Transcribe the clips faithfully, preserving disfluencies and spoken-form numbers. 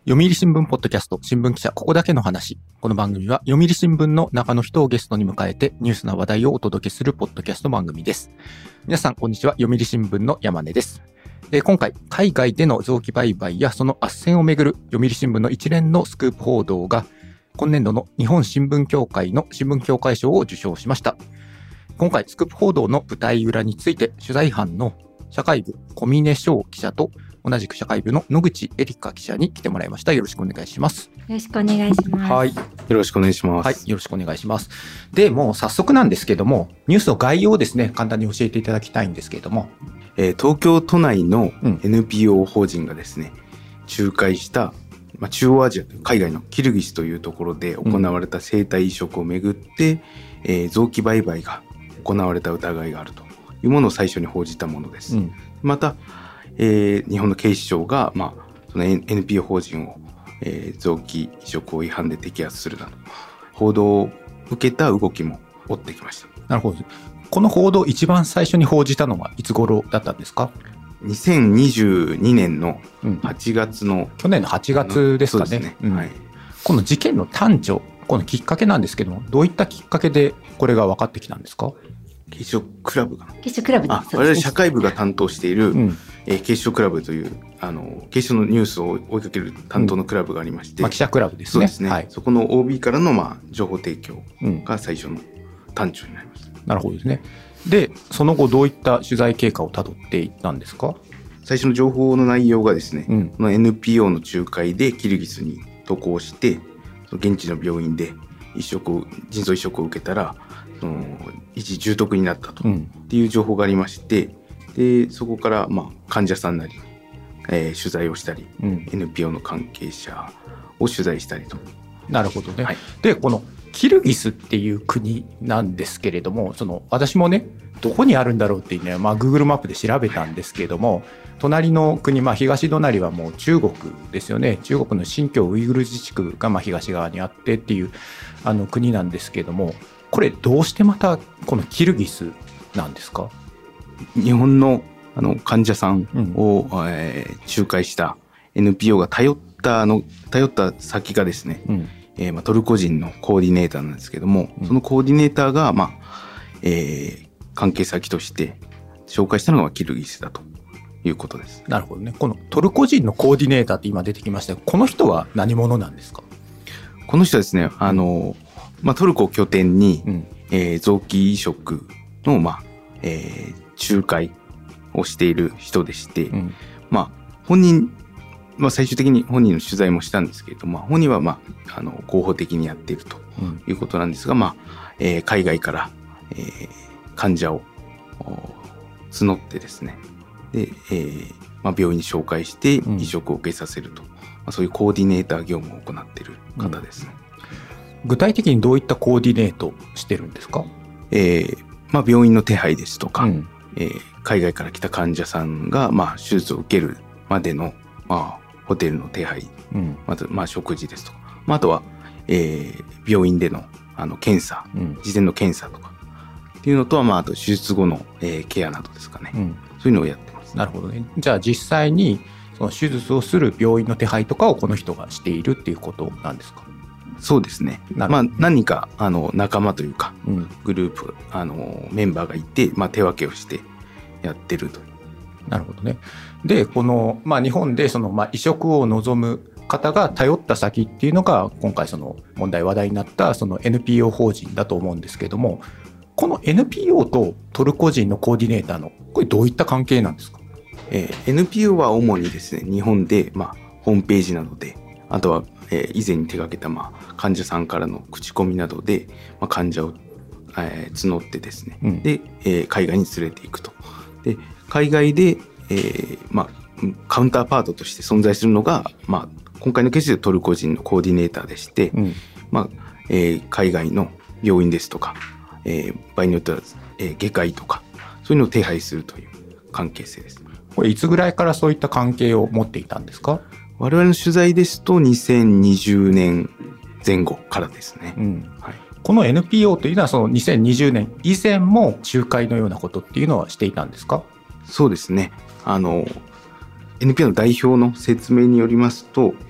読売新聞ポッドキャスト新聞記者ここだけの話。この番組は読売新聞の中の人をゲストに迎えてニュースな話題をお届けするポッドキャスト番組です。皆さんこんにちは、読売新聞の山根です。えー、今回海外での臓器売買やその斡旋をめぐる読売新聞の一連のスクープ報道が今年度の日本新聞協会の新聞協会賞を受賞しました。今回スクープ報道の舞台裏について取材班の社会部小峰翔記者と同じく社会部の野口エリカ記者に来てもらいました。よろしくお願いします。 よろしくお願いします。 はい。 よろしくお願いします。 はい。よろしくお願いします。で、もう早速なんですけども、ニュースの概要をですね、簡単に教えていただきたいんですけれども。 えー、東京都内の エヌピーオー 法人がですね、うん、仲介した、まあ、中央アジアという海外のキルギスというところで行われた生体移植をめぐって、うんえー、臓器売買が行われた疑いがあるというものを最初に報じたものです。うん、また、えー、日本の警視庁が、まあ、その エヌピーオー 法人を、えー、臓器移植法違反で摘発するなど報道を受けた動きも追ってきました。 なるほど。この報道を一番最初に報じたのはいつ頃だったんですか？ にせんにじゅうにねんのはちがつの、うん、 去年のはちがつですかね。 そうですね、 うんはい、 この事件の端緒、このきっかけなんですけども、どういったきっかけでこれが分かってきたんですか？ 警視庁クラブかな。 警視庁クラブで、 あ、我々社会部が担当している、うんえー、警視庁クラブというあの警視庁のニュースを追いかける担当のクラブがありまして、 うんまあ、記者クラブですね。 そうですね、 はい、 そこの オービー からの、まあ、情報提供が最初の端緒になります、 うん、なるほどですね。でその後どういった取材経過をたどっていったんですか？ 最初の情報の内容がですね、うん、この エヌピーオー の仲介でキルギスに渡航して現地の病院で移植を腎臓移植を受けたらその一時重篤になったと、うん、っていう情報がありまして、でそこから、まあ、患者さんなり、えー、取材をしたり、うん、エヌピーオー の関係者を取材したりと。 なるほどね、はい、でこのキルギスっていう国なんですけれども、その私もねどこにあるんだろうっていうね、まあ、Google マップで調べたんですけれども、隣の国、まあ、東隣はもう中国ですよね。中国の新疆ウイグル自治区がまあ東側にあってっていうあの国なんですけれども、これどうしてまたこのキルギスなんですか？ 日本の、あの患者さんを、うんえー、仲介した エヌピーオー が頼ったあの頼った先がですね、うんえーまあ、トルコ人のコーディネーターなんですけども、うん、そのコーディネーターが、まあえー、関係先として紹介したのがキルギスだということです。 なるほどね。このトルコ人のコーディネーターって今出てきましたが、この人は何者なんですか？ この人はですね、あの、まあ、トルコを拠点に、うんえー、臓器移植の、まあえー、仲介をしている人でして、うんまあ、本人、まあ、最終的に本人の取材もしたんですけれども、本人は、まあ、あの合法的にやっているということなんですが、うんまあえー、海外から、えー、患者を募ってですね、で、えーまあ、病院に紹介して移植を受けさせると、うんまあ、そういうコーディネーター業務を行っている方ですね。 うん、具体的にどういったコーディネートしてるんですか？ えーまあ、病院の手配ですとか、うんえー、海外から来た患者さんが、まあ、手術を受けるまでの、まあ、ホテルの手配、うん、まず、まあ、食事ですとか、まあ、あとは、えー、病院での、あの検査、うん、事前の検査とかっていうのとは、まあ、あと手術後の、えー、ケアなどですかね、うん、そういうのをやってます。 なるほどね。じゃあ実際にその手術をする病院の手配とかをこの人がしているっていうことなんですか？ そうですね。まあ、何人かあの仲間というか、うん、グループあのメンバーがいて、まあ、手分けをしてやってるという。 なるほどね。でこの、まあ、日本でその、まあ、移植を望む方が頼った先っていうのが今回その問題話題になったその エヌピーオー 法人だと思うんですけども、この エヌピーオー とトルコ人のコーディネーターのこれどういった関係なんですか？ えー、エヌピーオー は主にですね、日本で、まあ、ホームページなどで、あとはえー、以前に手掛けた、まあ、患者さんからの口コミなどで、まあ、患者を、えー、募ってですね、うん、で、えー、海外に連れていくと。で海外で、えーまあ、カウンターパートとして存在するのが、まあ、今回のケースでトルコ人のコーディネーターでして、うんまあえー、海外の病院ですとか、えー、場合によっては、えー、外科医とかそういうのを手配するという関係性です。 これいつぐらいからそういった関係を持っていたんですか？ 我々の取材ですとにせんにじゅうねんぜん後からですね、うんはい、この エヌピーオー というのはそのにせんにじゅうねん以前も仲介のようなことっていうのはしていたんですか？ そうですね。あの エヌピーオー の代表の説明によりますと、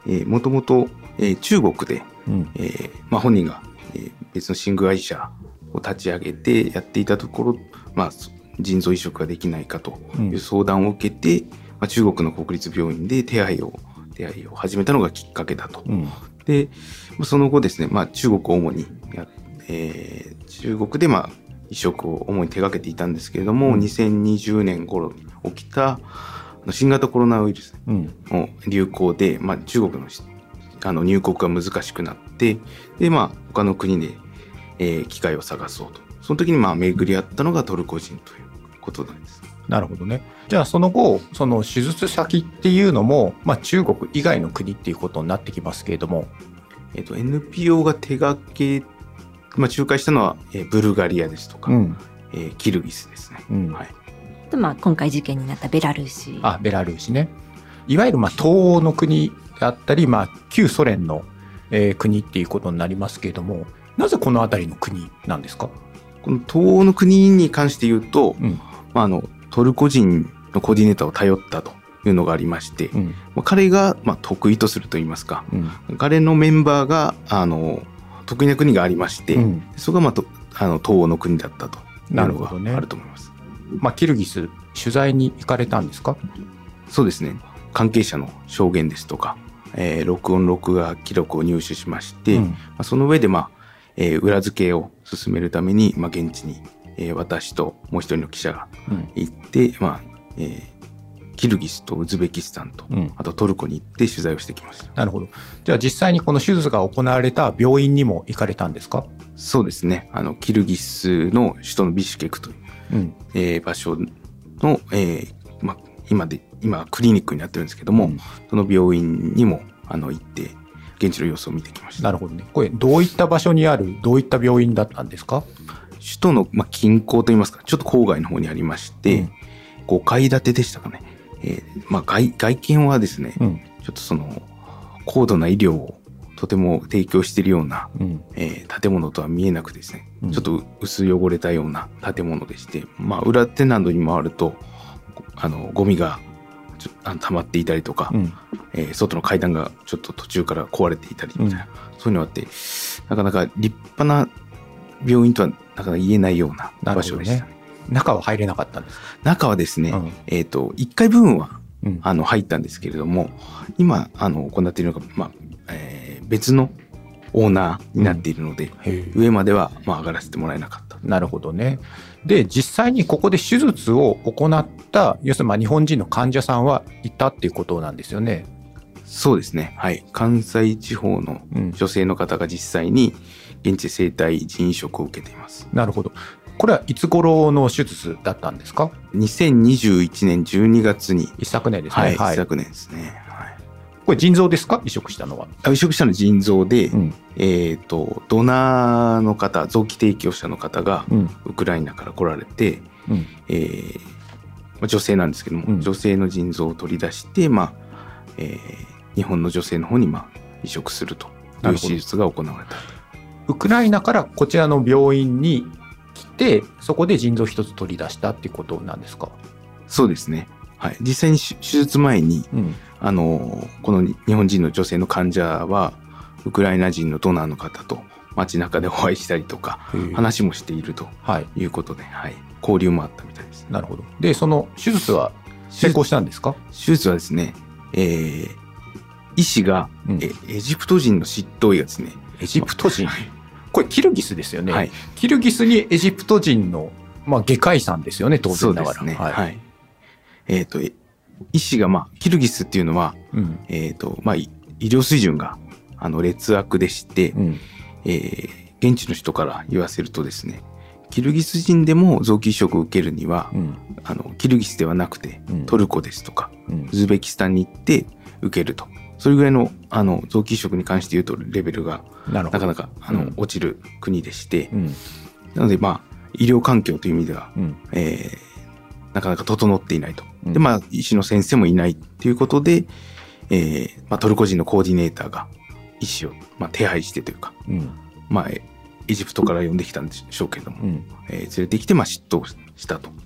もともと中国で、うんえーまあ、本人が、えー、別の新具会社を立ち上げてやっていたところ、まあ、腎臓移植ができないかという相談を受けて、うんまあ、中国の国立病院で手配を手配を始めたのがきっかけだと。うん、でその後ですね、まあ、中国を主にや、えー、中国で、まあ、移植を主に手掛けていたんですけれども、うん、にせんにじゅうねん頃に起きた新型コロナウイルスの流行で、まあ、中国のあの入国が難しくなって、で、まあ、他の国で、えー、機会を探そうと。その時にまあ巡り合ったのがトルコ人ということなんです。 なるほどね。じゃあその後、その手術先っていうのも、まあ、中国以外の国っていうことになってきますけれども、 えっと、エヌピーオー が手掛け、まあ、仲介したのは、えー、ブルガリアですとか、うんえー、キルギスですね。うんはい、 とまあ今回事件になったベラルーシ。 あ、ベラルーシね。いわゆるまあ東欧の国であったり、まあ、旧ソ連の、えー、国っていうことになりますけれども、なぜこの辺りの国なんですか？ この東欧の国に関して言うと、うんまあ、あのトルコ人のコーディネーターを頼ったというのがありまして、うんまあ、彼がまあ得意とするといいますか、うん、彼のメンバーがあの得意な国がありまして、うん、そこがまあとあの東欧の国だったというのがあると思います。 まあ、キルギス取材に行かれたんですか？ そうですね。関係者の証言ですとか、えー、録音録画記録を入手しまして、うんまあ、その上で、まあえー、裏付けを進めるために、まあ、現地に、えー、私ともう一人の記者が行って、うんまあえー、キルギスとウズベキスタンと、うん、あとトルコに行って取材をしてきました。 なるほど。じゃあ実際にこの手術が行われた病院にも行かれたんですか？ そうですね。あのキルギスの首都のビシュケクという、うんえー、場所の、えーまあ、今で今クリニックになってるんですけども、うん、その病院にもあの行って現地の様子を見てきました。 なるほどね。これどういった場所にあるどういった病院だったんですか？ 首都の、まあ、近郊といいますかちょっと郊外の方にありまして、うん、ごかい建てでしたかね。えーまあ、外, 外見はですね、うん、ちょっとその高度な医療をとても提供しているような、うんえー、建物とは見えなくですね、うん、ちょっと薄汚れたような建物でして、まあ、裏手などに回るとあのゴミが溜まっていたりとか、うんえー、外の階段がちょっと途中から壊れていたりみたいな、うん、そういうのがあってなかなか立派な病院とはなかなか言えないような場所でした、ね、 中は入れなかったんですか？ 中はですね、うんえー、といっかい部分は、うん、あの入ったんですけれども今あの行っているのが、まあえー、別のオーナーになっているので、うん、上までは、まあ、上がらせてもらえなかった。 なるほどね。で実際にここで手術を行った要するにまあ日本人の患者さんはいたっていうことなんですよね。 そうですね、はい、関西地方の女性の方が実際に現地生体腎移植を受けています。 なるほど。これはいつ頃の手術だったんですか？ にせんにじゅういちねんじゅうにがつに。 一昨年ですね。 はい、はい、一昨年ですね。はい、 これ腎臓ですか？移植したのは。 移植したのは腎臓で、うん、えっとドナーの方臓器提供者の方がウクライナから来られて、うんえーまあ、女性なんですけども、うん、女性の腎臓を取り出して、まあえー、日本の女性の方にまあ移植するという手術が行われた。 ウクライナからこちらの病院に来てそこで腎臓一つ取り出したっていうことなんですか？ そうですね、はい、実際に手術前に、うん、あのこの日本人の女性の患者はウクライナ人のドナーの方と街中でお会いしたりとか話もしているということで、はいはい、交流もあったみたいです。 なるほど。でその手術は成功したんですか？ 手術はですね、えー、医師が、うん、えエジプト人の執刀医がですね。 エジプト人、はい、これキルギスですよね、はい、キルギスにエジプト人の、まあ、外科医さんですよね当然ながら。 そうですね、はいはい、えーと医師が、まあ、キルギスっていうのは、うんえーとまあ、医療水準があの劣悪でして、うんえー、現地の人から言わせるとですねキルギス人でも臓器移植を受けるには、うん、あのキルギスではなくて、うん、トルコですとか、うん、ウズベキスタンに行って受けるとそれぐらい の, あの臓器移植に関して言うとレベルがなかなかあの、うん、落ちる国でして、うん、なのでまあ医療環境という意味では、うんえー、なかなか整っていないと、うん、でまあ医師の先生もいないということで、えーまあ、トルコ人のコーディネーターが医師を、まあ、手配してというか、うんまあ、エジプトから呼んできたんでしょうけれども、うんえー、連れてきてまあ執刀したと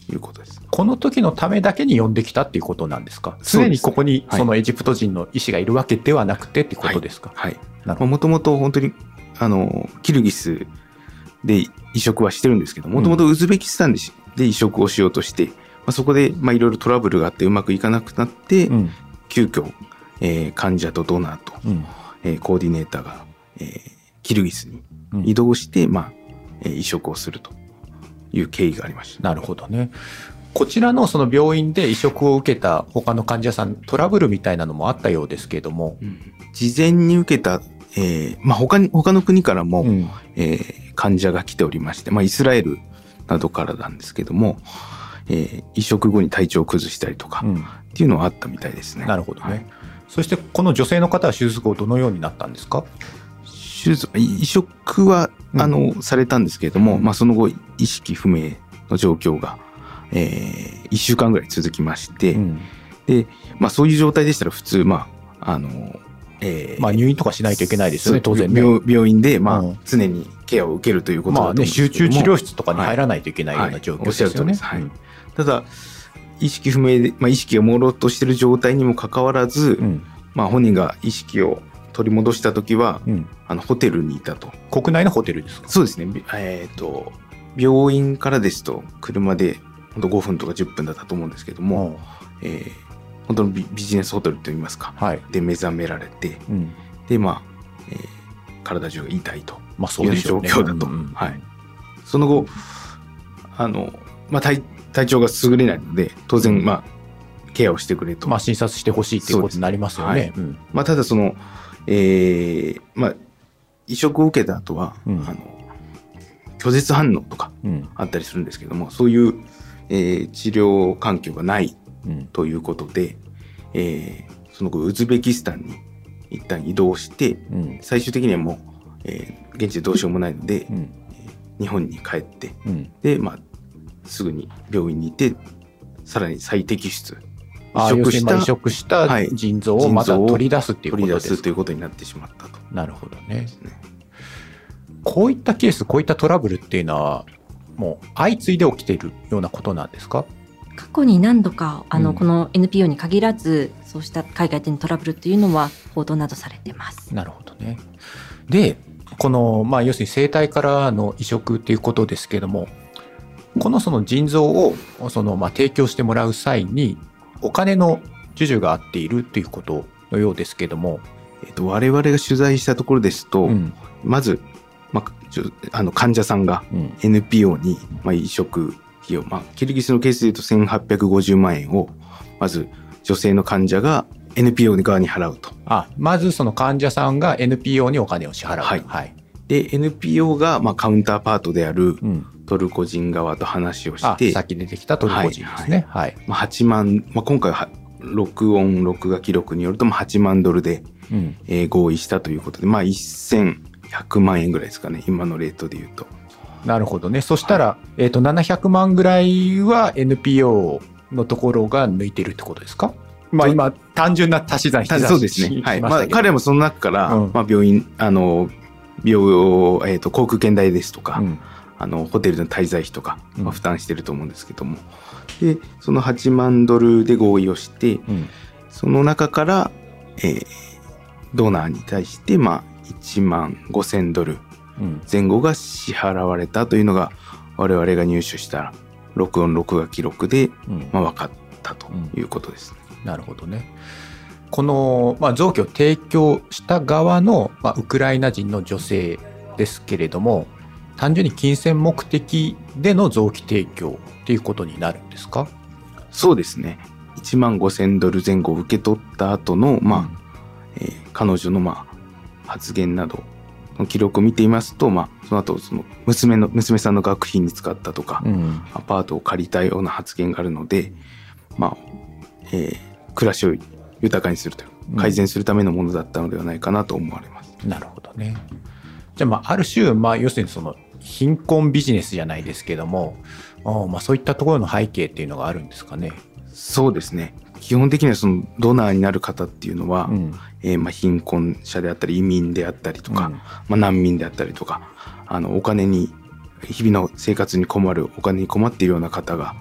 いうことです。 この時のためだけに呼んできたっていうことなんですか？常にここにそのエジプト人の医師がいるわけではなくてっていうことですか？ はいはい。もともと本当にあのキルギスで移植はしてるんですけど、もともとウズベキスタンで、で移植をしようとして、まあ、そこでまあいろいろトラブルがあってうまくいかなくなって、うん、急遽、えー、患者とドナーと、うんえー、コーディネーターが、えー、キルギスに移動して、うんまあえー、移植をするという経緯がありました。 なるほどね。こちらのその病院で移植を受けた他の患者さん、トラブルみたいなのもあったようですけれども、うん、 事前に受けた、えーまあ、他に他の国からも、うんえー、患者が来ておりまして、まあ、イスラエルなどからなんですけども、えー、移植後に体調を崩したりとか、うん、っていうのはあったみたいですね。 なるほどね、はい、そしてこの女性の方は手術後どのようになったんですか？ 手術移植は、うん、あのされたんですけれども、まあ、その後意識不明の状況が、えー、いっしゅうかんぐらい続きまして、うん、で、まあ、そういう状態でしたら普通、まああのえーまあ、入院とかしないといけないですよね、当然ね。 病, 病院で、まあうん、常にケアを受けるということだと思うんですけども、 まあね、集中治療室とかに入らないといけないような状況ですよね。 はいはいはい、ただ意識不明で、まあ、意識が朦朧としている状態にもかかわらず、うんまあ、本人が意識を取り戻したときは、うん、あのホテルにいたと。 国内のホテルですか？ そうですね、えーと、病院からですと車で本当ごふんとかじゅっぷんだったと思うんですけども、えー、本当の ビ, ビジネスホテルといいますか、はい、で目覚められて、うん、でまあ、えー、体中が痛いという状況だと、まあねうんはい、その後あの、まあ、体, 体調が優れないので当然、まあ、ケアをしてくれと、 まあ、診察してほしいということになりますよね。はいうんまあ、ただその、えーまあ、移植を受けた後は、うん、あの拒絶反応とかあったりするんですけども、うん、そういう、えー、治療環境がないということで、うんえー、その後ウズベキスタンに一旦移動して、うん、最終的にはもう、えー、現地でどうしようもないので、うんえー、日本に帰って、うん、で、まあ、すぐに病院に行ってさらに再摘出移植した、移植した腎臓をまた取り出すっていうことですか？ 取り出すということになってしまったと。 なるほどね。こういったケース、こういったトラブルっていうのはもう相次いで起きているようなことなんですか？ 過去に何度かあの、うん、この エヌピーオー に限らずそうした海外でのトラブルっていうのは報道などされてます。 なるほどね。でこの、まあ、要するに生体からの移植っていうことですけども、このその腎臓をその、まあ、提供してもらう際にお金の授受があっているということのようですけども、 えっと、我々が取材したところですと、うん、まず、まあ、あの患者さんが エヌピーオー に、まあ、移植費用、まあ、キルギスのケースでいうとせんはっぴゃくごじゅうまんえんをまず女性の患者が エヌピーオー 側に払うと。 あ、まずその患者さんが エヌピーオー にお金を支払う、 はいはい、で エヌピーオー がまあカウンターパートであるトルコ人側と話をして、 うん、さっき出てきたトルコ人ですね、はいはいまあ、はちまん、まあ、今回は録音録画記録によるとはちまんドルで、うんえー、合意したということで、まあ、せんひゃくまんえんぐらいですかね、今のレートでいうと。 なるほどね。そしたら、はい、えーとななひゃくまんぐらいは エヌピーオー のところが抜いてるってことですか？まあ、今単純な足し算引き算しそうですね、はいまあ、彼もその中から、うんまあ、病院あの病、えー、と航空券代ですとか、うん、あのホテルの滞在費とか、まあ、負担してると思うんですけども、うん、でそのはちまんドルで合意をして、うん、その中から、えー、ドナーに対して、まあ、いちまんごせんドル前後が支払われたというのが我々が入手した録音録画記録で、うんまあ、分かったということです、 うん、なるほどね。この、まあ、臓器を提供した側の、まあ、ウクライナ人の女性ですけれども、単純に金銭目的での臓器提供っていうことになるんですか？ そうですね。いちまんごせんドル前後を受け取った後の、まあうんえー、彼女の、まあ、発言などの記録を見ていますと、まあ、その後その娘の娘さんの学費に使ったとか、うん、アパートを借りたような発言があるので、まあえー、暮らしを豊かにするという改善するためのものだったのではないかなと思われます、 うん、なるほどね。じゃあ、まあ、ある種、まあ、要するにその貧困ビジネスじゃないですけども、まあ、そういったところの背景っていうのがあるんですかね？ そうですね。基本的にはそのドナーになる方っていうのは、うんえー、まあ貧困者であったり移民であったりとか、うんまあ、難民であったりとか、あのお金に日々の生活に困るお金に困っているような方が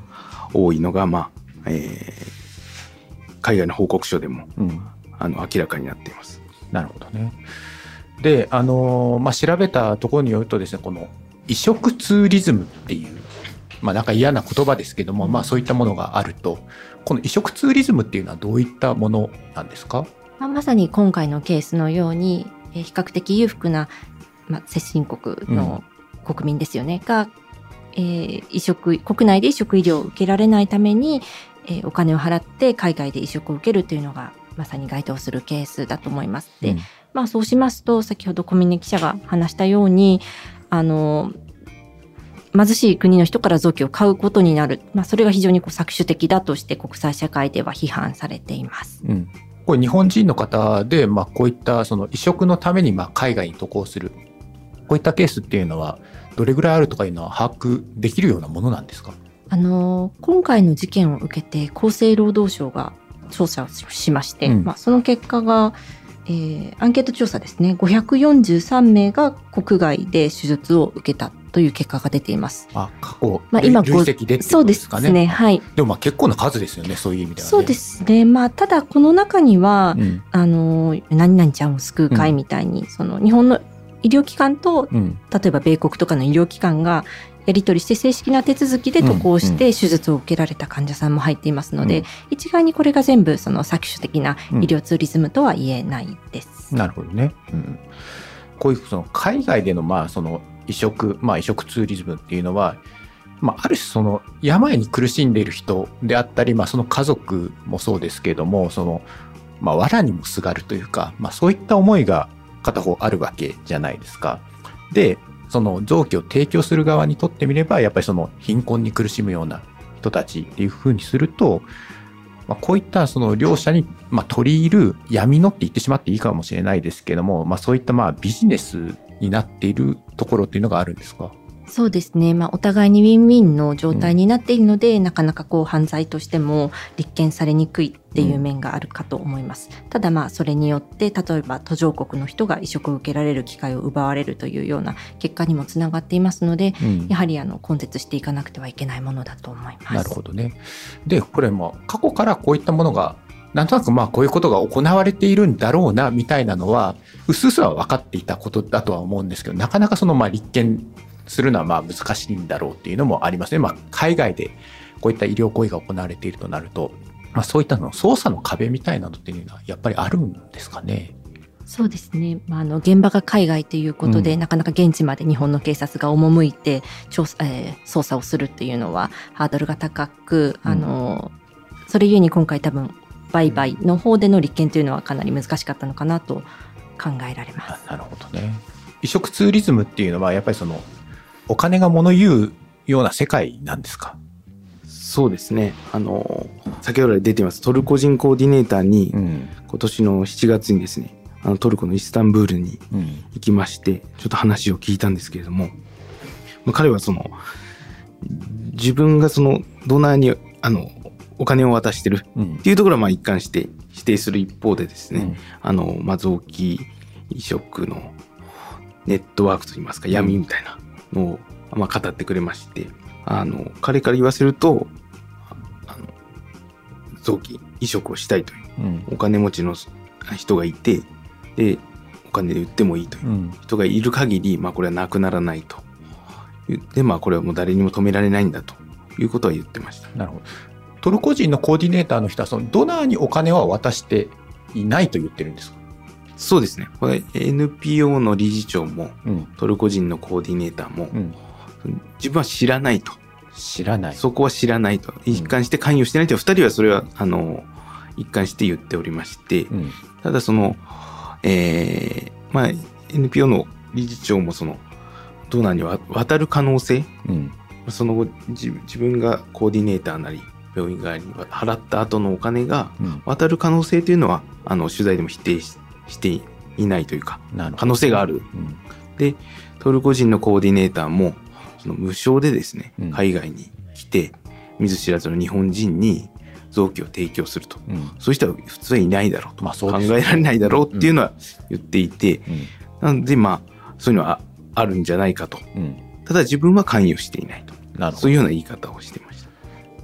多いのが、まあえー、海外の報告書でも、うん、あの明らかになっています。 なるほどね。で、あのーまあ、調べたところによるとですね、この移植ツーリズムっていう、まあ、なんか嫌な言葉ですけども、まあ、そういったものがあると、この移植ツーリズムっていうのはどういったものなんですか？ まあ、まさに今回のケースのように、えー、比較的裕福な、まあ、先進国の国民ですよね、うん、が、えー、移植国内で移植医療を受けられないために、えー、お金を払って海外で移植を受けるというのがまさに該当するケースだと思います。で、うん、まあ、そうしますと先ほど小峰記者が話したように、あの貧しい国の人から臓器を買うことになる、まあ、それが非常にこう搾取的だとして国際社会では批判されています。 うん、これ日本人の方で、まあ、こういったその移植のためにまあ海外に渡航する、こういったケースっていうのはどれぐらいあるとかいうのは把握できるようなものなんですか？ あの今回の事件を受けて厚生労働省が調査をしまして、うん、まあ、その結果が、えー、アンケート調査ですね、ごひゃくよんじゅうさんめいが国外で手術を受けたという結果が出ています。 あ、過去、まあ、今累積でってことですかね。 そうですね、はい。 でもまあ結構な数ですよね、そういう意味ではね。 そうですね。まあ、ただこの中には、うん、あの何々ちゃんを救う会みたいに、うん、その日本の医療機関と、うん、例えば米国とかの医療機関がやり取りして正式な手続きで渡航して手術を受けられた患者さんも入っていますので、うん、一概にこれが全部その搾取的な医療ツーリズムとは言えないです。 うん、なるほどね。うん、こういうその海外でのまあその移植、まあ、移植ツーリズムっていうのは、まあ、ある種その病に苦しんでいる人であったり、まあ、その家族もそうですけれども、そのまあ藁にもすがるというか、まあ、そういった思いが片方あるわけじゃないですか。で、その臓器を提供する側にとってみれば、やっぱりその貧困に苦しむような人たちっていうふうにすると、まあ、こういったその両者にまあ取り入る闇のって言ってしまっていいかもしれないですけども、まあ、そういったまあビジネスになっているところっていうのがあるんですか？ そうですね、まあ、お互いにウィンウィンの状態になっているので、うん、なかなかこう犯罪としても立件されにくいっていう面があるかと思います。うん、ただまあそれによって例えば途上国の人が移植を受けられる機会を奪われるというような結果にもつながっていますので、うん、やはりあの根絶していかなくてはいけないものだと思います。 なるほどね。で、これも過去からこういったものがなんとなくまあこういうことが行われているんだろうなみたいなのは薄々は分かっていたことだとは思うんですけど、なかなかそのまあ立件するのはまあ難しいんだろうっていうのもありますね。まあ、海外でこういった医療行為が行われているとなると、まあ、そういったの捜査の壁みたいなのっていうのはやっぱりあるんですかね。 そうですね、まあ、あの現場が海外ということで、うん、なかなか現地まで日本の警察が赴いて調査、えー、捜査をするっていうのはハードルが高く、あの、うん、それゆえに今回多分売買の方での立件というのはかなり難しかったのかなと考えられます。 なるほどね。移植ツーリズムっていうのはやっぱりそのお金が物言うような世界なんですか？ そうですね、あの先ほど出ていますトルコ人コーディネーターに、うん、今年のしちがつにですね、あのトルコのイスタンブールに行きまして、うん、ちょっと話を聞いたんですけれども、まあ、彼はその自分がそのドナーにあのお金を渡してるっていうところはまあ一貫して否定する一方でですね、うん、あのまあ臓器移植のネットワークといいますか闇みたいなのをまあ語ってくれまして、あの彼から言わせるとあの臓器移植をしたいという、うん、お金持ちの人がいて、でお金で売ってもいいという人がいる限り、まあこれはなくならないとで、まあこれはもう誰にも止められないんだということは言ってました。 なるほど。トルコ人のコーディネーターの人はそのドナーにお金は渡していないと言ってるんですか？ そうですね。これ エヌピーオー の理事長も、うん、トルコ人のコーディネーターも、うん、自分は知らないと。 知らない。 そこは知らないと。一貫して関与してないと、二人はそれはあの一貫して言っておりまして、うん、ただその、えー、まあ エヌピーオー の理事長もそのドナーには渡る可能性、うん、その後自分がコーディネーターなり病院側に払った後のお金が渡る可能性というのは、うん、あの取材でも否定ししていないというか可能性がある、うん、でトルコ人のコーディネーターもその無償でですね、うん、海外に来て見ず知らずの日本人に臓器を提供すると、うん、そういう人は普通はいないだろうと、まあそうですね、考えられないだろうっていうのは言っていて、うんうん、なのでまあそういうのはあるんじゃないかと、うん、ただ自分は関与していないと、そういうような言い方をしていました。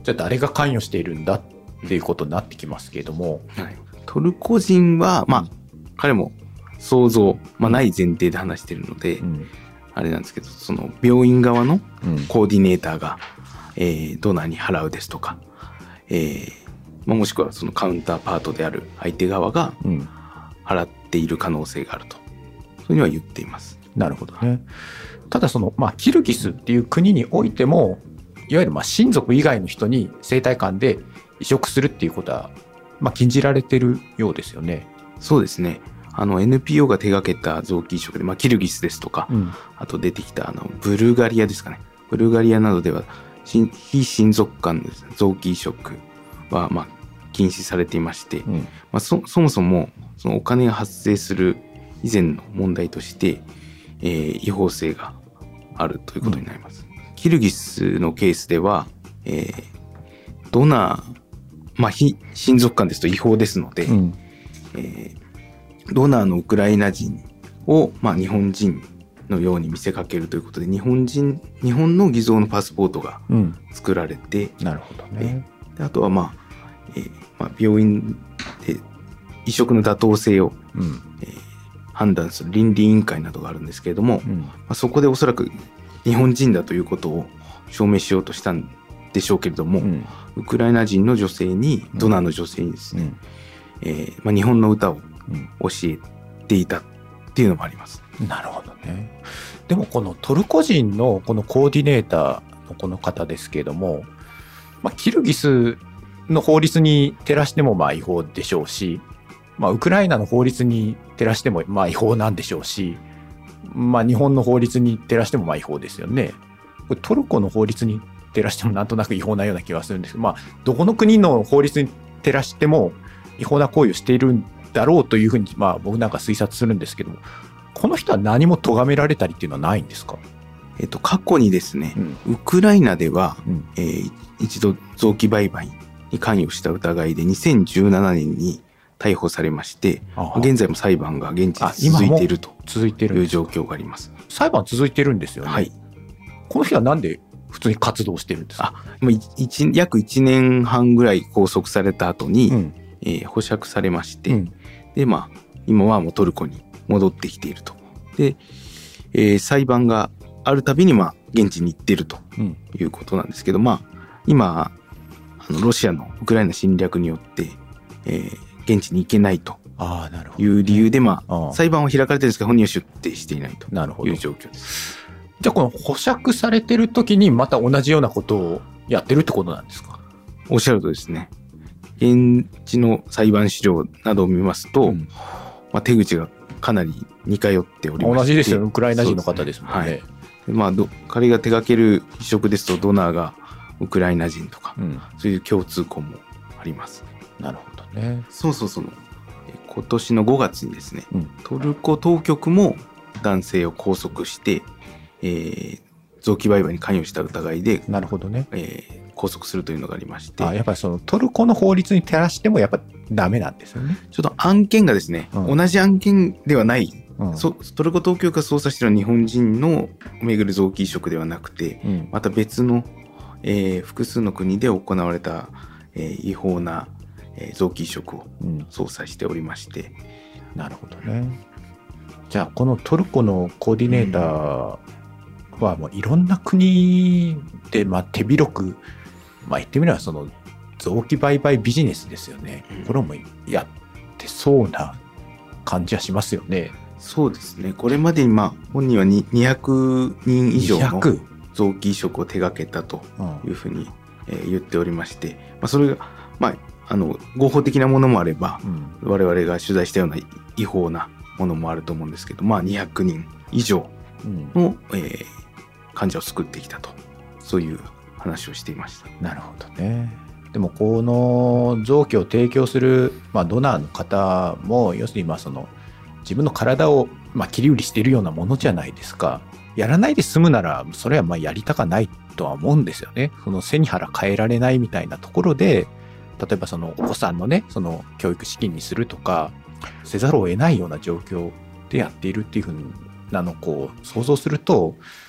じゃあ誰が関与しているんだっていうことになってきますけれども、 はい、トルコ人はまあ彼も想像、まあ、ない前提で話しているので、うん、あれなんですけど、その病院側のコーディネーターが、うん、えー、ドナーに払うですとか、えーまあ、もしくはそのカウンターパートである相手側が払っている可能性があると、そういうふうには言っています。 なるほどね。ただその、まあ、キルギスっていう国においても、いわゆるまあ親族以外の人に生体間で移植するっていうことは、まあ、禁じられてるようですよね。 そうですね。あの エヌピーオー が手掛けた臓器移植で、まあ、キルギスですとか、うん、あと出てきたあのブルガリアですかね。ブルガリアなどでは非親族間の臓器移植はまあ禁止されていまして、うん、まあ、そ, そもそもそのお金が発生する以前の問題として、えー、違法性があるということになります。うん、キルギスのケースでは、えー、ドナー、まあ、非親族間ですと違法ですので、うん、えー、ドナーのウクライナ人を、まあ、日本人のように見せかけるということで、日本人日本の偽造のパスポートが作られて、 うん、なるほどね。 であとは、まあえーまあ、病院で移植の妥当性を、うん、えー、判断する倫理委員会などがあるんですけれども、うん、まあ、そこでおそらく日本人だということを証明しようとしたんでしょうけれども、うん、ウクライナ人の女性に、ドナーの女性にですね、うん、えーまあ、日本の歌を教えていたっていうのもあります。 なるほどね。でもこのトルコ人のこのコーディネーターのこの方ですけれども、まあ、キルギスの法律に照らしてもまあ違法でしょうし、まあ、ウクライナの法律に照らしてもまあ違法なんでしょうし、まあ、日本の法律に照らしてもまあ違法ですよね。これトルコの法律に照らしてもなんとなく違法なような気がするんですけど、まあ、どこの国の法律に照らしても違法な行為をしているんだろうというふうに、まあ、僕なんか推察するんですけども、この人は何も咎められたりっていうのはないんですか？ えっと、過去にですね、うん、ウクライナでは、うん、えー、一度臓器売買に関与した疑いでにせんじゅうななねんに逮捕されまして、現在も裁判が現地で続いているという状況があります。 裁判続いてるんですよね。 はい。 この人はなんで普通に活動してるんですか？ あ、約いちねんはんぐらい拘束された後に、うん、えー、保釈されまして、うん、でまあ今はもうトルコに戻ってきていると。で、えー、裁判があるたびにまあ現地に行っているということなんですけど、うん、まあ今あのロシアのウクライナ侵略によって、えー、現地に行けないという理由で、まあ、あ、裁判は開かれてるんですが本人は出廷していないという状況です。 じゃあこの保釈されてる時にまた同じようなことをやってるってことなんですか？ おっしゃるとですね、現地の裁判資料などを見ますと、うん、まあ、手口がかなり似通っておりまして、 同じですよ、ウクライナ人の方ですもんね。はい、 でまあ、ど彼が手掛ける移植ですとドナーがウクライナ人とか、うん、そういう共通項もあります。 なるほどね。 そうそうそう。今年のごがつにですね、うん、トルコ当局も男性を拘束して、えー、臓器売買に関与した疑いで、 なるほどね、 えー、拘束するというのがありまして、 あ、やっぱりそのトルコの法律に照らしてもやっぱダメなんですよね。 ちょっと案件がですね、うん、同じ案件ではない、うん、そトルコ当局が捜査しているのは日本人の巡る臓器移植ではなくて、うん、また別の、えー、複数の国で行われた、えー、違法な、えー、臓器移植を捜査しておりまして、 うん、なるほどね。じゃあこのトルコのコーディネーターはもういろんな国でまあ手広く、まあ、言ってみればその臓器売買ビジネスですよね。これもやってそうな感じはしますよね。 そうですね。これまでにまあ本人はにひゃくにん以上の臓器移植を手掛けたというふうに言っておりまして、まあ、それがまああの合法的なものもあれば、うん、我々が取材したような違法なものもあると思うんですけど、まあ、にひゃくにん以上の、うん、えー、患者を救ってきたと、そういう話をしていました。 なるほどね。でもこの臓器を提供する、まあ、ドナーの方も要するにまあその自分の体をまあ切り売りしているようなものじゃないですか。やらないで済むならそれはまあやりたかないとは思うんですよね。その背に腹変えられないみたいなところで、例えばそのお子さんのねその教育資金にするとかせざるを得ないような状況でやっているっていうふうなのをこう想像すると、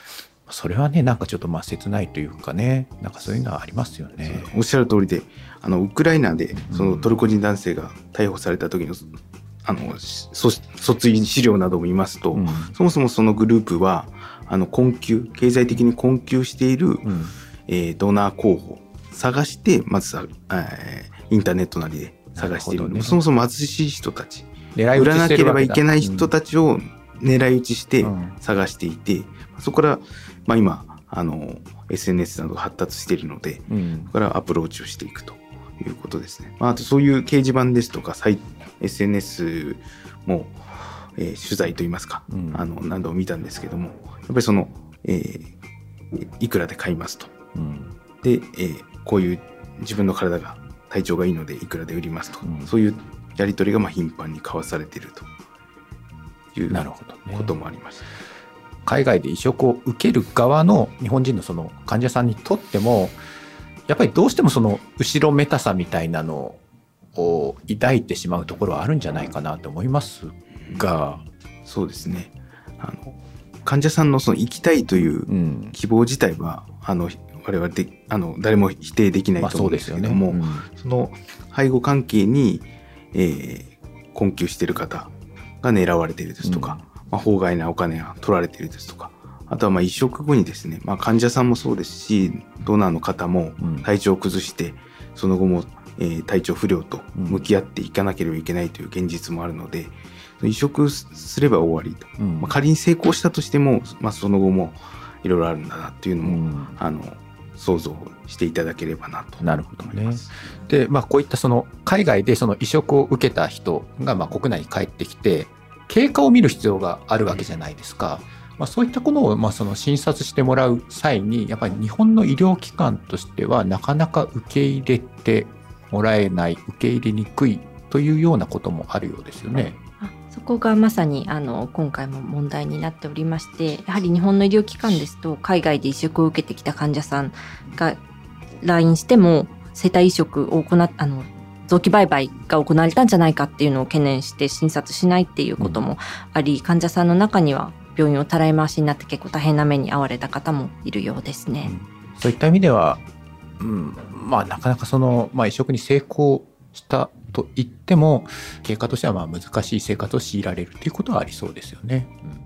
それはねなんかちょっとまあ切ないというかね、なんかそういうのはありますよね。 おっしゃる通りで、あのウクライナでそのトルコ人男性が逮捕された時の、うん、あの訴追資料などを見ますと、うん、そもそもそのグループはあの困窮経済的に困窮している、うんえー、ドナー候補探してまずさ、えー、インターネットなりで探している、ね、そもそも貧しい人たち、売らなければいけない人たちを狙い撃ちして探していて、うん、そこから、まあ、今あの エスエヌエス などが発達しているので、うん、そこからアプローチをしていくということですね。まあ、あとそういう掲示板ですとか エスエヌエス も、えー、取材といいますか、うん、あの何度も見たんですけども、やっぱりその、えー、いくらで買いますと、うん、で、えー、こういう自分の体が体調がいいのでいくらで売りますと、うん、そういうやり取りがまあ頻繁に交わされているということもありました。 海外で移植を受ける側の日本人のその患者さんにとってもやっぱりどうしてもその後ろめたさみたいなのを抱いてしまうところはあるんじゃないかなと思いますが、 うん、そうですね、あの患者さんのその生きたいという希望自体は、うん、あの我々であの誰も否定できないと思うんですけども、まあ そうですよね、うん、その背後関係に、えー、困窮している方が狙われているですとか、うんまあ、法外なお金が取られているですとか、あとはまあ移植後にですね、まあ、患者さんもそうですしドナーの方も体調を崩して、うん、その後も、えー、体調不良と向き合っていかなければいけないという現実もあるので、うん、移植すれば終わりと、うんまあ、仮に成功したとしても、まあ、その後もいろいろあるんだなっていうのも、うん、あの想像していただければなと思います。 なるほどね。で、まあ、こういったその海外でその移植を受けた人がまあ国内に帰ってきて経過を見る必要があるわけじゃないですか。まあ、そういったことをまあその診察してもらう際にやっぱり日本の医療機関としてはなかなか受け入れてもらえない、受け入れにくいというようなこともあるようですよね。 あそこがまさにあの今回も問題になっておりまして、やはり日本の医療機関ですと海外で移植を受けてきた患者さんが来院しても生体移植を行っあの臓器売買が行われたんじゃないかっていうのを懸念して診察しないっていうこともあり、うん、患者さんの中には病院をたらい回しになって結構大変な目に遭われた方もいるようですね。 うん、そういった意味では、うん、まあなかなかその、まあ、移植に成功したと言っても経過としてはまあ難しい生活を強いられるということはありそうですよね。うん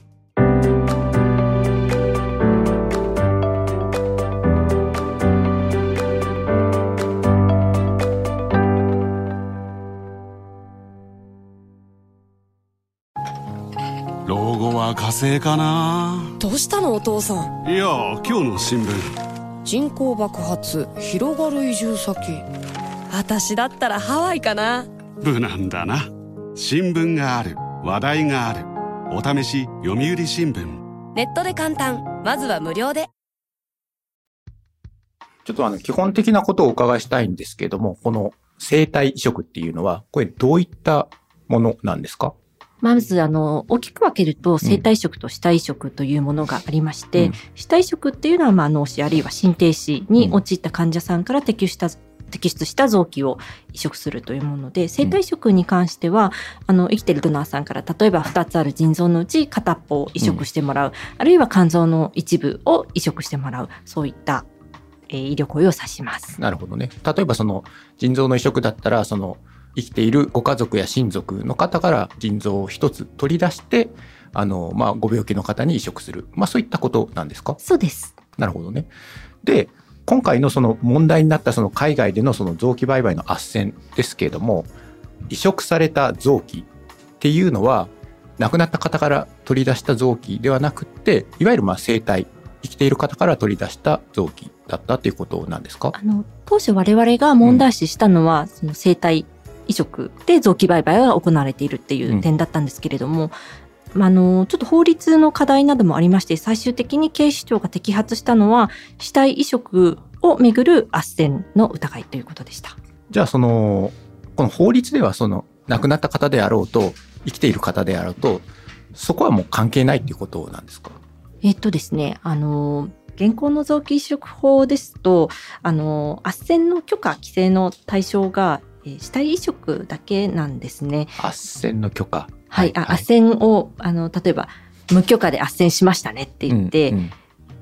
老後は火星かな。 どうしたのお父さん。いや今日の新聞、 人口爆発広がる移住先。私だったらハワイかな。 無難だな。新聞がある、話題がある。お試し読売新聞。 ネットで簡単、まずは無料で。 ちょっとあの基本的なことをお伺いしたいんですけれども、この生体移植っていうのはこれどういったものなんですか？ まずあの大きく分けると生体移植と死体移植というものがありまして、うん、死体移植っていうのはまあ脳死あるいは心停止に陥った患者さんから摘出した、摘出した臓器を移植するというもので、生体移植に関してはあの生きているドナーさんから例えばふたつある腎臓のうち片っぽを移植してもらう、うん、あるいは肝臓の一部を移植してもらう、そういったえー、医療行為を指します。 なるほどね。例えばその腎臓の移植だったらその生きているご家族や親族の方から腎臓を一つ取り出してあの、まあ、ご病気の方に移植する、まあ、そういったことなんですか？ そうです。 なるほどね。で今回のその問題になったその海外でのその臓器売買の斡旋ですけれども、移植された臓器っていうのは亡くなった方から取り出した臓器ではなくっていわゆるまあ生体生きている方から取り出した臓器だったということなんですか？ あの当初我々が問題視したのは、うん、その生体移植で臓器売買が行われているっていう点だったんですけれども、うん、あのちょっと法律の課題などもありまして、最終的に警視庁が摘発したのは死体移植をめぐる斡旋の疑いということでした。 じゃあそのこの法律ではその亡くなった方であろうと生きている方であろうとそこはもう関係ないっていうことなんですか？ えっとですね、あの現行の臓器移植法ですと、あの斡旋の許可規制の対象が、えー、死体移植だけなんですね。 斡旋の許可、 はい、はい、あ、斡旋をあの例えば無許可で斡旋しましたねって言って、うんうん、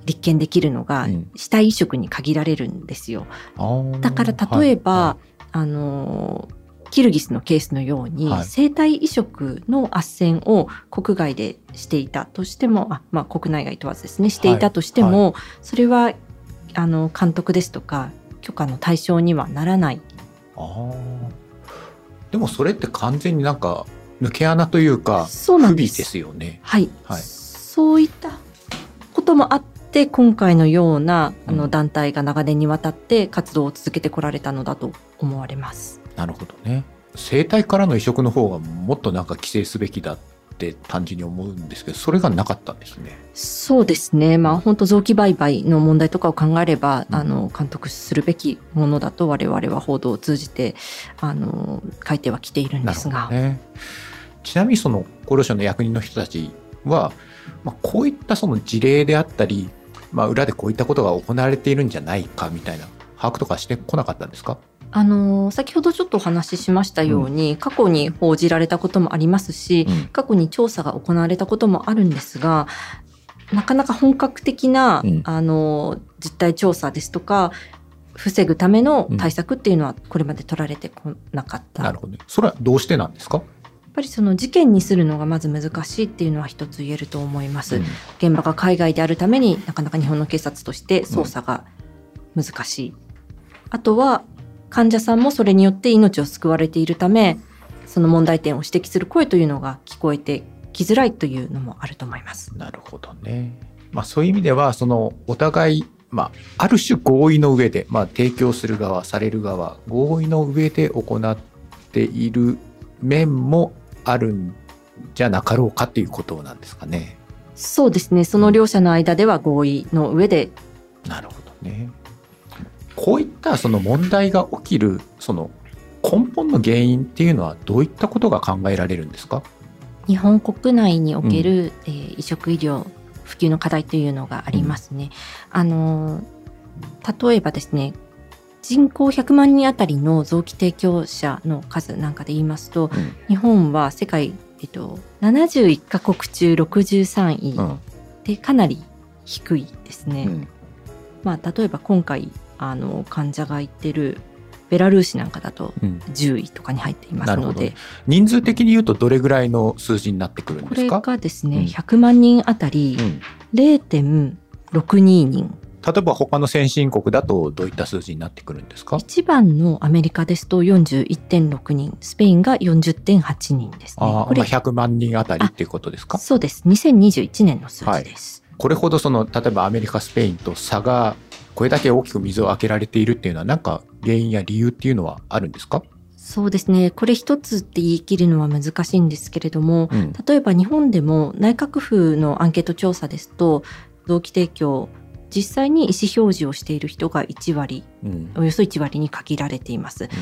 立件できるのが死体移植に限られるんですよ。うん、だから例えば、はいはい、あのキルギスのケースのように、はい、生体移植の斡旋を国外でしていたとしても、あ、まあ、国内外問わずですねしていたとしても、はいはい、それはあの監督ですとか許可の対象にはならない。 あ、でもそれって完全になんか抜け穴というか不備ですよね。 はい、はい、そういったこともあって今回のようなあの団体が長年にわたって活動を続けてこられたのだと思われます。 なるほどね。生体からの移植の方がもっとなんか規制すべきだって単純に思うんですけど、それがなかったんですね。 そうですね、まあ、本当臓器売買の問題とかを考えれば、うん、あの監督するべきものだと我々は報道を通じてあの書いてはきているんですが、 ね、ちなみにその厚労省の役人の人たちは、まあ、こういったその事例であったり、まあ、裏でこういったことが行われているんじゃないかみたいな把握とかしてこなかったんですか？ あの先ほどちょっとお話ししましたように、うん、過去に報じられたこともありますし、うん、過去に調査が行われたこともあるんですが、なかなか本格的な、うん、あの実態調査ですとか防ぐための対策っていうのはこれまで取られてこなかった、 うん、なるほどね。それはどうしてなんですか？ やっぱりその事件にするのがまず難しいっていうのは一つ言えると思います、うん、現場が海外であるためになかなか日本の警察として捜査が難しい、うん、あとは患者さんもそれによって命を救われているため、その問題点を指摘する声というのが聞こえてきづらいというのもあると思います。 なるほどね。まあ、そういう意味ではそのお互い、まあ、ある種合意の上で、まあ、提供する側される側合意の上で行っている面もあるんじゃなかろうかということなんですかね。 そうですね、その両者の間では合意の上で、 うん、なるほどね。こういったその問題が起きるその根本の原因っていうのはどういったことが考えられるんですか？ 日本国内における、うんえー、移植医療普及の課題というのがありますね、うん、あの例えばですね、人口ひゃくまんにんあたりの臓器提供者の数なんかで言いますと、うん、日本は世界、えっと、ななじゅういっかこく中ろくじゅうさんいでかなり低いですね、うんまあ、例えば今回あの患者が言ってるベラルーシなんかだとじゅういとかに入っていますので、うん、 人数的に言うとどれぐらいの数字になってくるんですか？ これがですね、うん、ひゃくまんにんあたり れいてんろくに 人。 例えば他の先進国だとどういった数字になってくるんですか？ いちばんのアメリカですと よんじゅういってんろくにん、スペインが よんじゅってんはちにんですね。 あ、これ、まあ、ひゃくまんにんあたりっていうことですか？ そうです。にせんにじゅういちねんの数字です、 はい、これほどその例えばアメリカスペインと差がこれだけ大きく水を開けられているっていうのは何か原因や理由っていうのはあるんですか？ そうですね、これ一つって言い切るのは難しいんですけれども、うん、例えば日本でも内閣府のアンケート調査ですと臓器提供実際に意思表示をしている人がいちわり、うん、およそいちわりに限られています、うん、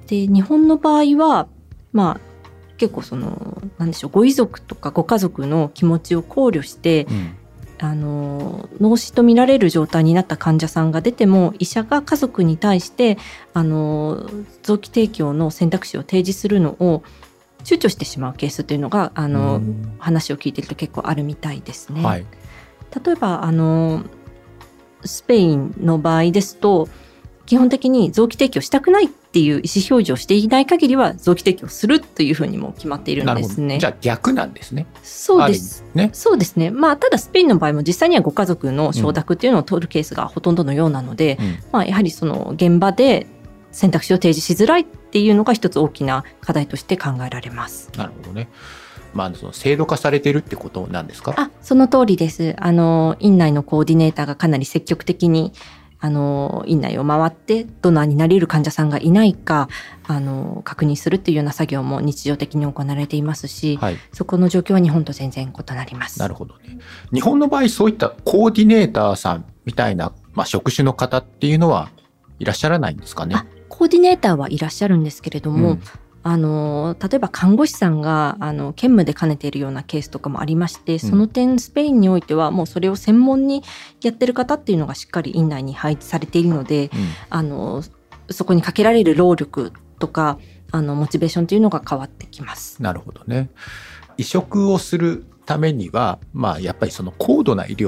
で日本の場合はまあ結構その何でしょう、ご遺族とかご家族の気持ちを考慮して、うんあの脳死と見られる状態になった患者さんが出ても医者が家族に対してあの臓器提供の選択肢を提示するのを躊躇してしまうケースというのがあの話を聞いていると結構あるみたいですね、はい、例えばあのスペインの場合ですと基本的に臓器提供したくないっていう意思表示をしていない限りは臓器提供するというふうにも決まっているんですね。 じゃあ逆なんですね。 そうですね。そうですね。まあただスペインの場合も実際にはご家族の承諾というのを取るケースがほとんどのようなので、うんまあ、やはりその現場で選択肢を提示しづらいっていうのが一つ大きな課題として考えられます。 なるほどね。まあ、その制度化されているってことなんですか？ あ、その通りです。あの院内のコーディネーターがかなり積極的にあの院内を回ってドナーになり得る患者さんがいないかあの確認するというような作業も日常的に行われていますし、はい、そこの状況は日本と全然異なります。 なるほどね。日本の場合そういったコーディネーターさんみたいな、まあ、職種の方っていうのはいらっしゃらないんですかね？ あ、コーディネーターはいらっしゃるんですけれども、うんあの例えば看護師さんがあの兼務で兼ねているようなケースとかもありまして、その点スペインにおいてはもうそれを専門にやってる方っていうのがしっかり院内に配置されているので、うん、あのそこにかけられる労力とかあのモチベーションというのが変わってきます。 なるほどね。移植をするためには、まあ、やっぱりその高度な医療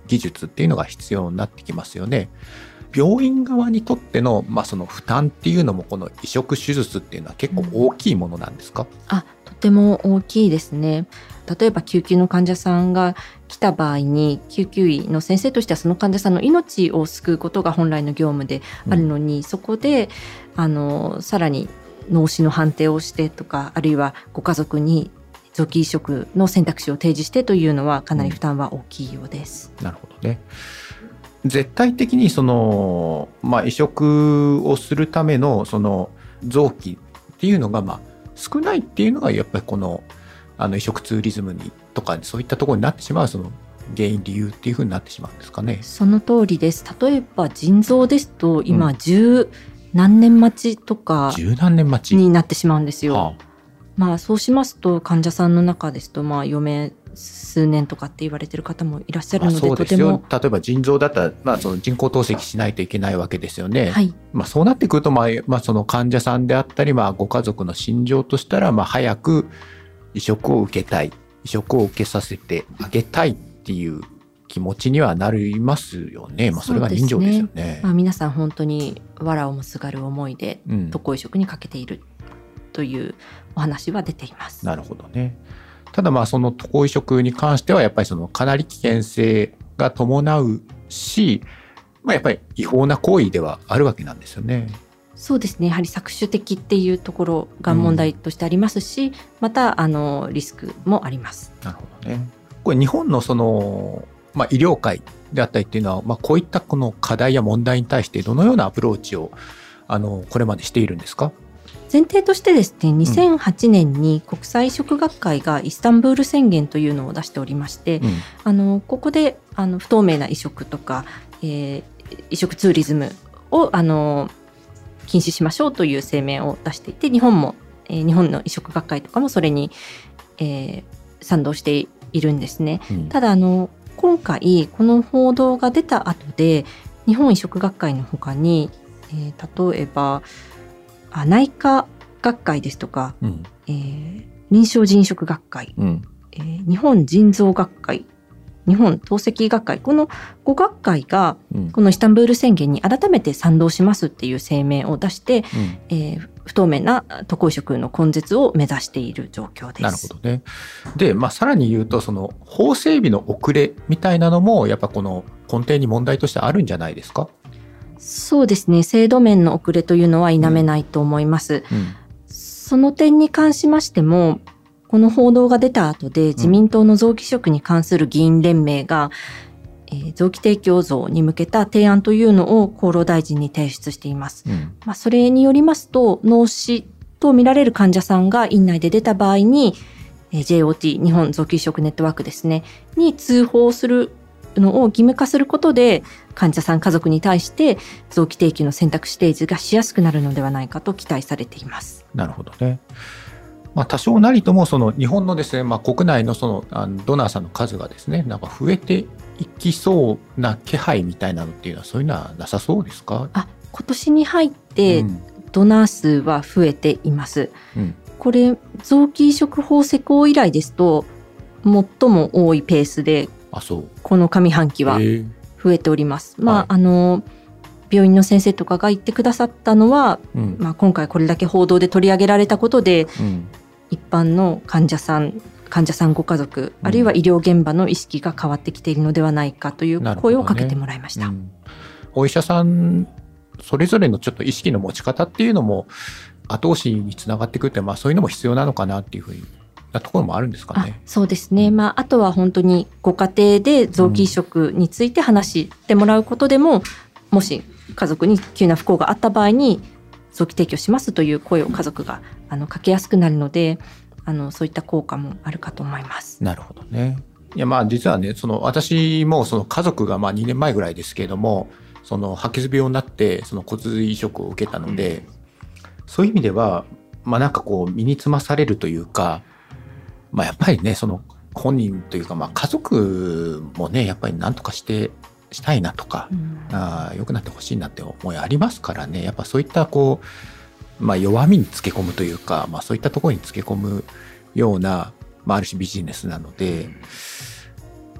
技術っていうのが必要になってきますよね。病院側にとっての、まあ、その負担っていうのもこの移植手術っていうのは結構大きいものなんですか？ うん、あ、とても大きいですね。例えば救急の患者さんが来た場合に救急医の先生としてはその患者さんの命を救うことが本来の業務であるのに、うん、そこであのさらに脳死の判定をしてとか、あるいはご家族に臓器移植の選択肢を提示してというのはかなり負担は大きいようです。 うん、なるほどね。絶対的にその、まあ、移植をするためのその臓器っていうのがまあ少ないっていうのがやっぱりこのあの移植ツーリズムにとかそういったところになってしまうその原因理由っていうふうになってしまうんですかね。 その通りです。例えば腎臓ですと今十何年待ちとか十何年待ちになってしまうんですよ。 はあ、 まあそうしますと患者さんの中ですとまあ余命数年とかって言われてる方もいらっしゃるので、 そうですよ。 とても例えば腎臓だったら、まあ、その人工透析しないといけないわけですよね。 はい、 まあ、そうなってくると、まあまあ、その患者さんであったり、まあ、ご家族の心情としたら、まあ、早く移植を受けたい、移植を受けさせてあげたいっていう気持ちにはなりますよね。まあ、それが人情ですよね。 そうですね。まあ、皆さん本当に藁をもすがる思いで渡航移植にかけているというお話は出ています。 うん、なるほどね。ただまあその渡航移植に関してはやっぱりそのかなり危険性が伴うし、まあ、やっぱり違法な行為ではあるわけなんですよね。 そうですね。やはり搾取的っていうところが問題としてありますし、うん、またあのリスクもあります。 なるほどね。これ日本のその、まあ、医療界であったりっていうのは、まあ、こういったこの課題や問題に対してどのようなアプローチをあのこれまでしているんですか？ 前提としてですね、にせんはちねんに国際移植学会がイスタンブール宣言というのを出しておりまして、うん、あのここであの不透明な移植とか、えー、移植ツーリズムをあの禁止しましょうという声明を出していて、日本も、えー、日本の移植学会とかもそれに、えー、賛同しているんですね。うん、ただあの今回この報道が出た後で日本移植学会の他に、えー、例えば内科学会ですとか、うんえー、臨床腎移植学会、うんえー、日本腎臓学会、日本透析学会、このご学会がこのイスタンブール宣言に改めて賛同しますっていう声明を出して、うんえー、不透明な渡航移植の根絶を目指している状況です。 なるほどね。で、まあ、さらに言うとその法整備の遅れみたいなのもやっぱこの根底に問題としてあるんじゃないですか？ そうですね。制度面の遅れというのは否めないと思います。うんうん、その点に関しましても、この報道が出た後で自民党の臓器移植に関する議員連盟が、うんえー、臓器提供増に向けた提案というのを厚労大臣に提出しています。うんまあ、それによりますと、脳死と見られる患者さんが院内で出た場合に、えー、ジェイオーティー 日本臓器移植ネットワークですねに通報するのを義務化することで患者さん家族に対して臓器提供の選択肢提示がしやすくなるのではないかと期待されています。 なるほどね。まあ、多少なりともその日本のですね、まあ、国内のそのあのドナーさんの数がですねなんか増えていきそうな気配みたいなのっていうのはそういうのはなさそうですか？ あ、今年に入ってドナー数は増えています。うん、これ臓器移植法施行以来ですと最も多いペースであそうこの上半期は増えております。まあ、はい、あの病院の先生とかが言ってくださったのは、うんまあ、今回これだけ報道で取り上げられたことで、うん、一般の患者さん患者さんご家族、うん、あるいは医療現場の意識が変わってきているのではないかという声をかけてもらいました。 ねうん、お医者さんそれぞれのちょっと意識の持ち方っていうのも後押しにつながってくるって、まあ、そういうのも必要なのかなっていうふうになところもあるんですかね。 あ、そうですね、うんまあ、あとは本当にご家庭で臓器移植について話してもらうことでも、うん、もし家族に急な不幸があった場合に臓器提供しますという声を家族があのかけやすくなるのであのそういった効果もあるかと思います。 なるほどね。いやまあ実はねその私もその家族がまあにねんまえぐらいですけれどもその白血病になってその骨髄移植を受けたので、うん、そういう意味ではまあなんかこう身につまされるというかまあやっぱりねその本人というかまあ家族もねやっぱり何とかしてしたいなとか、うん、あ良くなってほしいなって思いありますからね。やっぱそういったこう、まあ、弱みにつけ込むというか、まあ、そういったところにつけ込むような、まあ、ある種ビジネスなので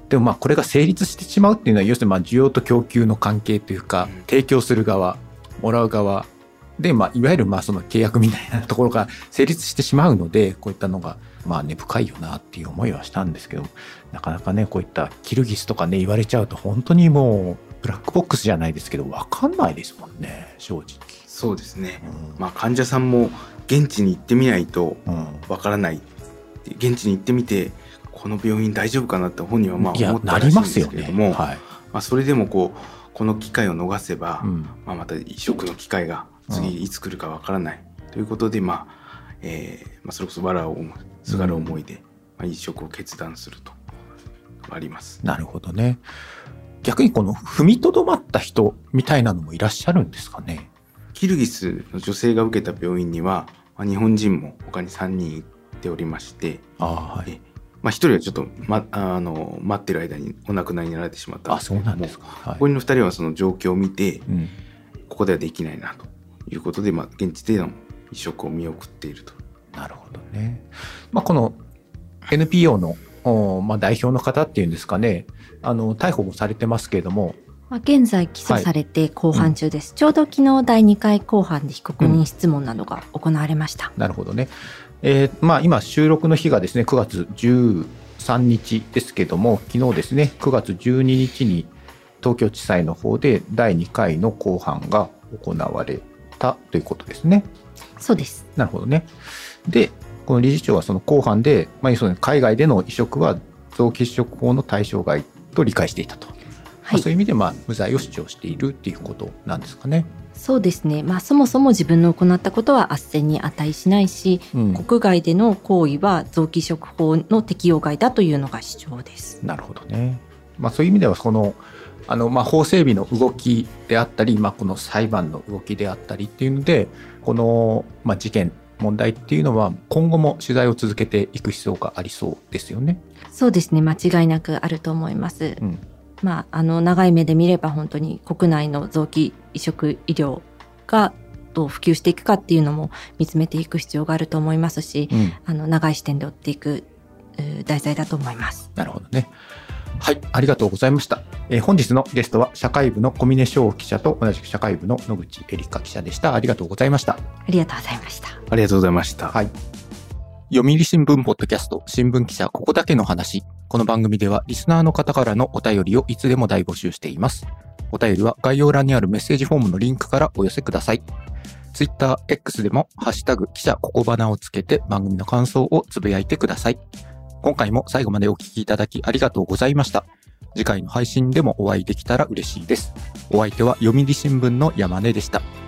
でもまあこれが成立してしまうっていうのは要するにまあ需要と供給の関係というか、提供する側もらう側で、まあ、いわゆるまあその契約みたいなところが成立してしまうので、こういったのがまあ根深いよなっていう思いはしたんですけど、なかなかねこういったキルギスとかね言われちゃうと本当にもうブラックボックスじゃないですけど分かんないですもんね、正直。 そうですね、 うん、 まあ患者さんも現地に行ってみないと分からない、うん、現地に行ってみてこの病院大丈夫かなって本人はまあ思ったらしいんですけれども、はい、まあ、それでもこうこの機会を逃せば、うん、まあ、また移植の機会が次いつ来るかわからない、うん、ということで、まあえーまあ、それこそ藁をすがる思いで、うん、まあ、移植を決断するとあります。 なるほどね。逆にこの踏みとどまった人みたいなのもいらっしゃるんですかね。 キルギスの女性が受けた病院には、まあ、日本人も他にさんにん行っておりまして、 あ、はい、 まあ、ひとりはちょっと、ま、あの待ってる間にお亡くなりになられてしまったんですけども、 あ、そうなんですか。はい、 ここのふたりはその状況を見て、うん、ここではできないなということで、まあ、現地での移植を見送っていると。 なるほどね。まあ、この エヌピーオー の、まあ、代表の方っていうんですかね、あの逮捕もされてますけれども、 まあ、現在起訴されて公判中です、はい、うん、ちょうど昨日だいにかい公判で被告人質問などが行われました、 うん、なるほどね。えーまあ、今収録の日がですねくがつじゅうさんにちですけども、昨日ですねくがつじゅうににちに東京地裁の方でだいにかいの公判が行われたということですね。 そうです。 なるほどね。でこの理事長はその公判で、まあ、その海外での移植は臓器移植法の対象外と理解していたと、はい、まあ、そういう意味でまあ無罪を主張しているっていうことなんですかね。 そうですね、まあ、そもそも自分の行ったことは斡旋に値しないし、うん、国外での行為は臓器移植法の適用外だというのが主張です。 なるほどね。まあ、そういう意味ではこのあのまあ法整備の動きであったり、まあ、この裁判の動きであったりっていうので、このまあ事件問題っていうのは今後も取材を続けていく必要がありそうですよね。 そうですね、間違いなくあると思います、うん、まあ、あの長い目で見れば本当に国内の臓器移植医療がどう普及していくかっていうのも見つめていく必要があると思いますし、うん、あの長い視点で追っていく題材だと思います。 なるほどね。はい、ありがとうございました。えー、本日のゲストは社会部の小峰翔記者と同じく社会部の野口エリカ記者でした。ありがとうございました。 ありがとうございました。 ありがとうございました。 はい。読売新聞ポッドキャスト新聞記者ここだけの話。この番組ではリスナーの方からのお便りをいつでも大募集しています。お便りは概要欄にあるメッセージフォームのリンクからお寄せください。Twitter、X でもハッシュタグ記者ここばなをつけて番組の感想をつぶやいてください。今回も最後までお聞きいただきありがとうございました。次回の配信でもお会いできたら嬉しいです。お相手は読売新聞の山根でした。